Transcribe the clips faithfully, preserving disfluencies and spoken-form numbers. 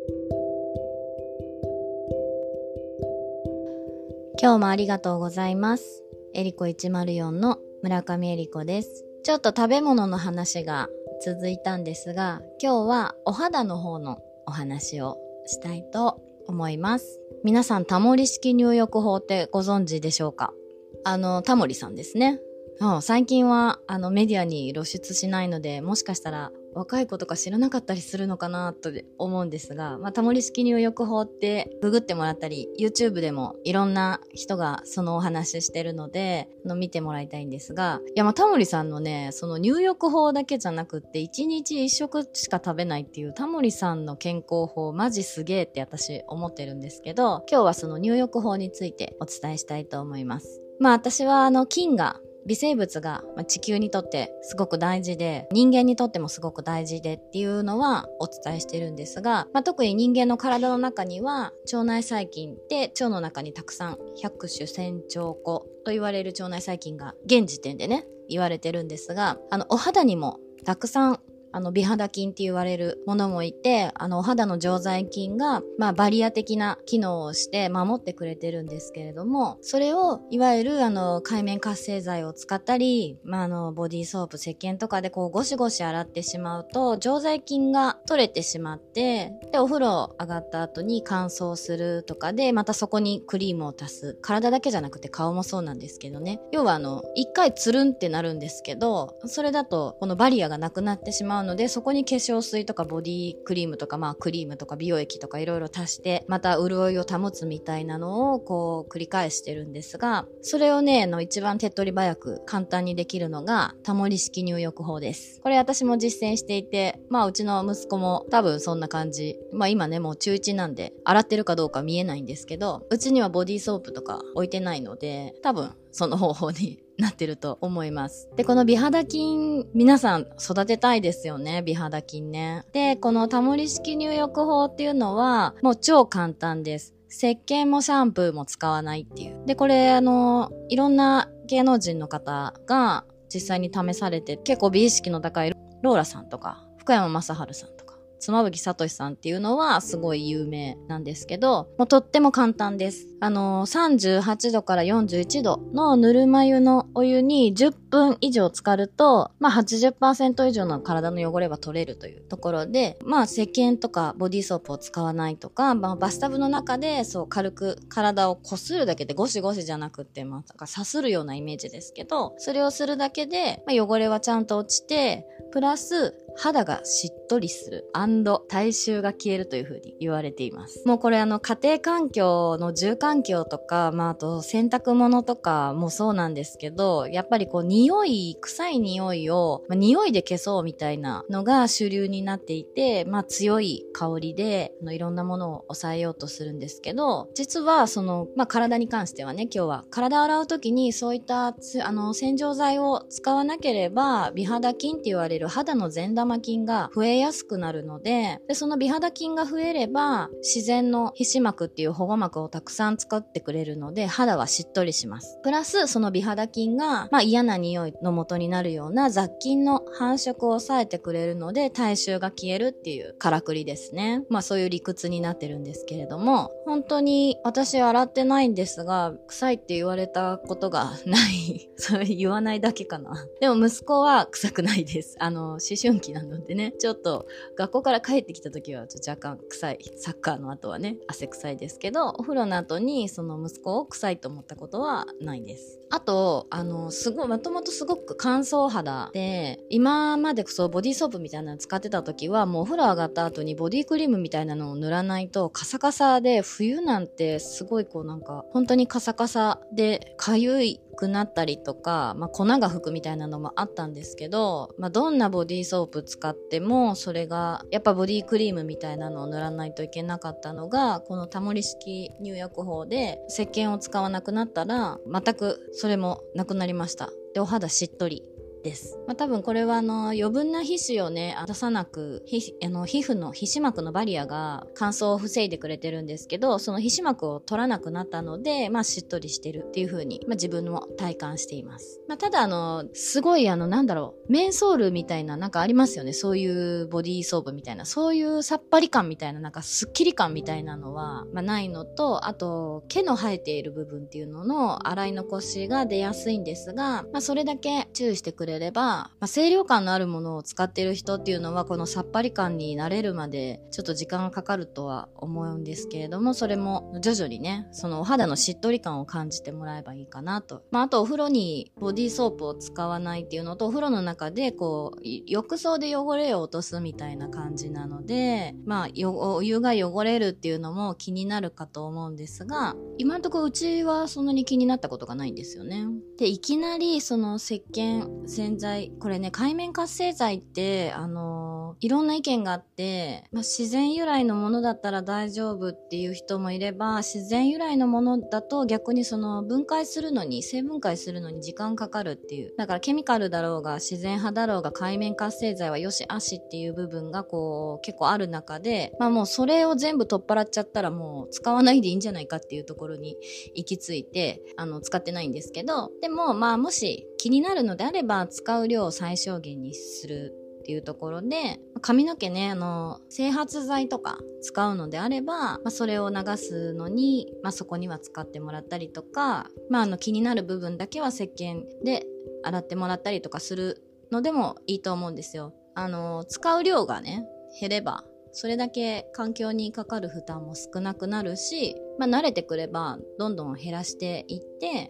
今日もありがとうございます。えりこいちまるよんの村上えりこです。ちょっと食べ物の話が続いたんですが、今日はお肌の方のお話をしたいと思います。皆さん、タモリ式入浴法ってご存知でしょうか？あの、タモリさんですね。うん、最近はあのメディアに露出しないので、もしかしたら若い子とか知らなかったりするのかなと思うんですが、まあ、タモリ式入浴法ってググってもらったり YouTube でもいろんな人がそのお話ししてるのでの見てもらいたいんですが、いやまあタモリさんのねその入浴法だけじゃなくっていちにちいっしょくしか食べないっていうタモリさんの健康法マジすげえって私思ってるんですけど、今日はその入浴法についてお伝えしたいと思います。まあ私はあの菌が微生物が地球にとってすごく大事で、人間にとってもすごく大事でっていうのはお伝えしてるんですが、まあ、特に人間の体の中には腸内細菌って腸の中にたくさんひゃくしゅせんちょうこと言われる腸内細菌が現時点でね言われてるんですが、あのお肌にもたくさんあの美肌菌って言われるものもいて、あのお肌の常在菌がまあバリア的な機能をして守ってくれてるんですけれども、それをいわゆるあの界面活性剤を使ったり、まああのボディーソープ石鹸とかでこうゴシゴシ洗ってしまうと常在菌が取れてしまって、でお風呂上がった後に乾燥するとかでまたそこにクリームを足す。体だけじゃなくて顔もそうなんですけどね、要はあの一回つるんってなるんですけど、それだとこのバリアがなくなってしまうので、そこに化粧水とかボディクリームとかまあクリームとか美容液とかいろいろ足してまた潤いを保つみたいなのをこう繰り返してるんですが、それをねの一番手っ取り早く簡単にできるのがタモリ式入浴法です。これ私も実践していて、まあうちの息子も多分そんな感じ。まあ今ねもう中いちなんで洗ってるかどうか見えないんですけど、うちにはボディーソープとか置いてないので多分その方法になってると思います。で、この美肌菌、皆さん育てたいですよね、美肌菌ね。で、このタモリ式入浴法っていうのは、もう超簡単です。石鹸もシャンプーも使わないっていう。で、これあの、いろんな芸能人の方が実際に試されて、結構美意識の高いローラさんとか、福山雅治さんとか、妻夫木聡さんっていうのはすごい有名なんですけど、もうとっても簡単です。あの、さんじゅうはちどからよんじゅういちどのぬるま湯のお湯にじゅっぷん以上浸かると、まあ はちじゅっパーセント 以上の体の汚れは取れるというところで、まあ石鹸とかボディーソープを使わないとか、まあ、バスタブの中でそう軽く体をこするだけでゴシゴシじゃなくて、まあ、さするようなイメージですけど、それをするだけで、まあ、汚れはちゃんと落ちて、プラス肌がしっとりする&体臭が消えるという風に言われています。もうこれあの家庭環境の住環境とか、まああと洗濯物とかもそうなんですけど、やっぱりこう匂い、臭い匂いを、まあ、匂いで消そうみたいなのが主流になっていて、まあ強い香りであのいろんなものを抑えようとするんですけど、実はその、まあ体に関してはね、今日は体を洗うときにそういったあの洗浄剤を使わなければ美肌菌って言われる肌の善玉菌が増えやすくなるので、でその美肌菌が増えれば自然の皮脂膜っていう保護膜をたくさん使ってくれるので肌はしっとりします。プラスその美肌菌が、まあ、嫌な匂いの元になるような雑菌の繁殖を抑えてくれるので体臭が消えるっていうからくりですね。まあそういう理屈になってるんですけれども、本当に私は洗ってないんですが臭いって言われたことがないそれ言わないだけかな。でも息子は臭くないです。あの思春期なのでね、ちょっと学校から帰ってきた時はちょっと若干臭い、サッカーの後はね汗臭いですけど、お風呂の後にその息子を臭いと思ったことはないです。あとあのすごいもともとすごく乾燥肌で、今までそうボディーソープみたいなの使ってた時はもうお風呂上がった後にボディークリームみたいなのを塗らないとカサカサで、冬なんてすごいこうなんか本当にカサカサでかゆいくなったりとか、まあ、粉が吹くみたいなのもあったんですけど、まあ、どんなボディーソープ使ってもそれがやっぱボディークリームみたいなのを塗らないといけなかったのが、このタモリ式入浴法で石鹸を使わなくなったら全くそれもなくなりました。でお肌しっとりです。まあ、多分これはあの余分な皮脂をね出さなくひあの皮膚の皮脂膜のバリアが乾燥を防いでくれてるんですけど、その皮脂膜を取らなくなったので、まあ、しっとりしてるっていう風に、まあ、自分も体感しています。まあ、ただあのすごいあのなんだろうメンソールみたいななんかありますよね。そういうボディーソープみたいな、そういうさっぱり感みたいな、なんかスッキリ感みたいなのは、まあ、ないのと、あと毛の生えている部分っていうのの洗い残しが出やすいんですが、まあ、それだけ注意してくれれば、まあ、清涼感のあるものを使っている人っていうのはこのさっぱり感に慣れるまでちょっと時間がかかるとは思うんですけれども、それも徐々にねそのお肌のしっとり感を感じてもらえばいいかなと。まあ、あとお風呂にボディーソープを使わないっていうのと、お風呂の中でこう浴槽で汚れを落とすみたいな感じなので、まあお湯が汚れるっていうのも気になるかと思うんですが、今のところうちはそんなに気になったことがないんですよね。でいきなりその石鹸洗剤、これね界面活性剤ってあのいろんな意見があって、まあ、自然由来のものだったら大丈夫っていう人もいれば、自然由来のものだと逆にその分解するのに生分解するのに時間かかるっていう、だからケミカルだろうが自然派だろうが界面活性剤はよしあしっていう部分がこう結構ある中で、まあもうそれを全部取っ払っちゃったらもう使わないでいいんじゃないかっていうところに行き着いて、あの使ってないんですけど、でもまあもし気になるのであれば使う量を最小限にするっていうところで、髪の毛ねあの整髪剤とか使うのであれば、まあ、それを流すのに、まあ、そこには使ってもらったりとか、まあ、あの気になる部分だけは石鹸で洗ってもらったりとかするのでもいいと思うんですよ。あの使う量がね減ればそれだけ環境にかかる負担も少なくなるし、まあ、慣れてくればどんどん減らしていって、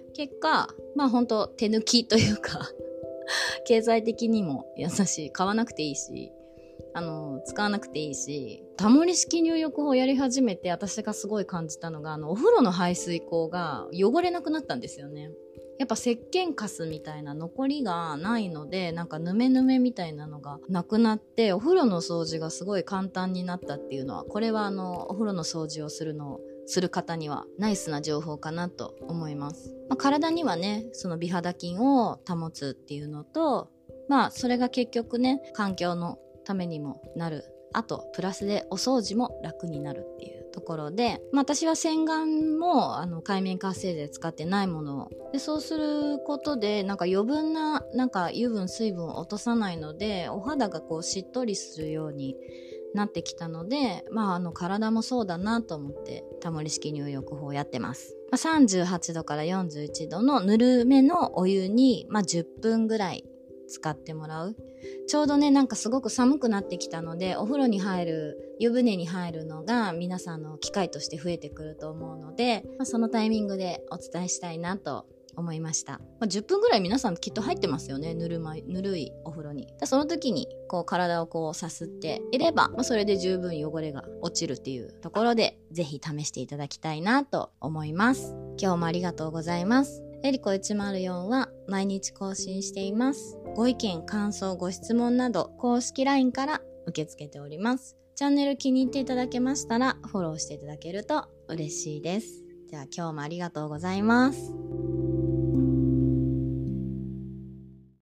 結果まあ本当手抜きというか経済的にも優しい、買わなくていいし、あの使わなくていいし、タモリ式入浴法をやり始めて私がすごい感じたのが、あのお風呂の排水口が汚れなくなったんですよね。やっぱ石鹸カスみたいな残りがないので、なんかヌメヌメみたいなのがなくなって、お風呂の掃除がすごい簡単になったっていうのは、これはあのお風呂の掃除をするのをする方にはナイスな情報かなと思います。まあ、体にはねその美肌菌を保つっていうのと、まあそれが結局ね環境のためにもなる、あとプラスでお掃除も楽になるっていうところで、まあ、私は洗顔もあの界面活性剤使ってないもので、そうすることでなんか余分ななんか油分水分を落とさないので、お肌がこうしっとりするようになってきたので、まあ、あの体もそうだなと思ってタモリ式入浴法をやってます。まあ、さんじゅうはちどからよんじゅういちどのぬるめのお湯に、まあ、じゅっぷんぐらい使ってもらう。ちょうどねなんかすごく寒くなってきたので、お風呂に入る湯船に入るのが皆さんの機会として増えてくると思うので、まあ、そのタイミングでお伝えしたいなと思いました。まあ、じゅっぷんぐらい皆さんきっと入ってますよね、ぬるまぬるいお風呂に。その時にこう体をこうさすっていれば、まあ、それで十分汚れが落ちるっていうところで、ぜひ試していただきたいなと思います。今日もありがとうございます。エリコいちまるよんは毎日更新しています。ご意見、感想、ご質問など公式 ライン から受け付けております。チャンネル気に入っていただけましたらフォローしていただけると嬉しいです。じゃあ今日もありがとうございます。